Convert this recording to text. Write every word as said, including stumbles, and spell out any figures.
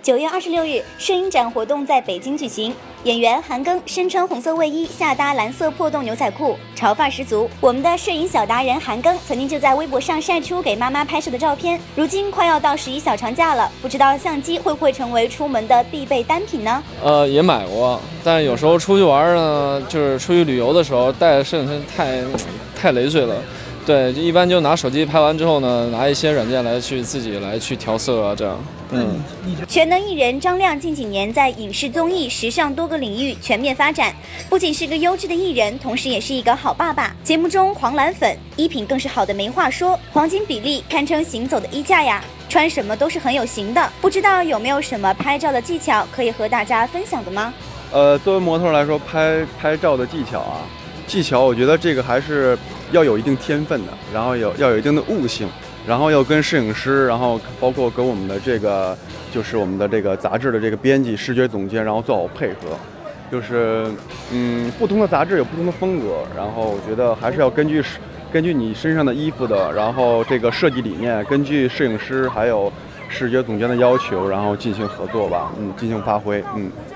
九月二十六日，摄影展活动在北京举行。演员韩庚身穿红色卫衣，下搭蓝色破洞牛仔裤，潮范十足。我们的摄影小达人韩庚曾经就在微博上晒出给妈妈拍摄的照片。如今快要到十一小长假了，不知道相机会不会成为出门的必备单品呢？ 呃，也买过，但有时候出去玩呢，就是出去旅游的时候带摄影机太太累赘了。对，一般就拿手机拍完之后呢，拿一些软件来去自己来去调色啊，这样。嗯， 全能艺人张亮近几年在影视、综艺、时尚多个领域全面发展，不仅是个优质的艺人，同时也是一个好爸爸。节目中黄蓝粉，衣品更是好的没话说，黄金比例堪称行走的衣架呀，穿什么都是很有型的。不知道有没有什么拍照的技巧可以和大家分享的吗？ 呃，作为模特来说，拍拍照的技巧啊，技巧我觉得这个还是要有一定天分的，然后有要有一定的悟性。然后要跟摄影师，然后包括跟我们的这个，就是我们的这个杂志的这个编辑、视觉总监，然后做好配合。就是，嗯，不同的杂志有不同的风格，然后我觉得还是要根据根据你身上的衣服的，然后这个设计理念，根据摄影师还有视觉总监的要求，然后进行合作吧，嗯，进行发挥，嗯。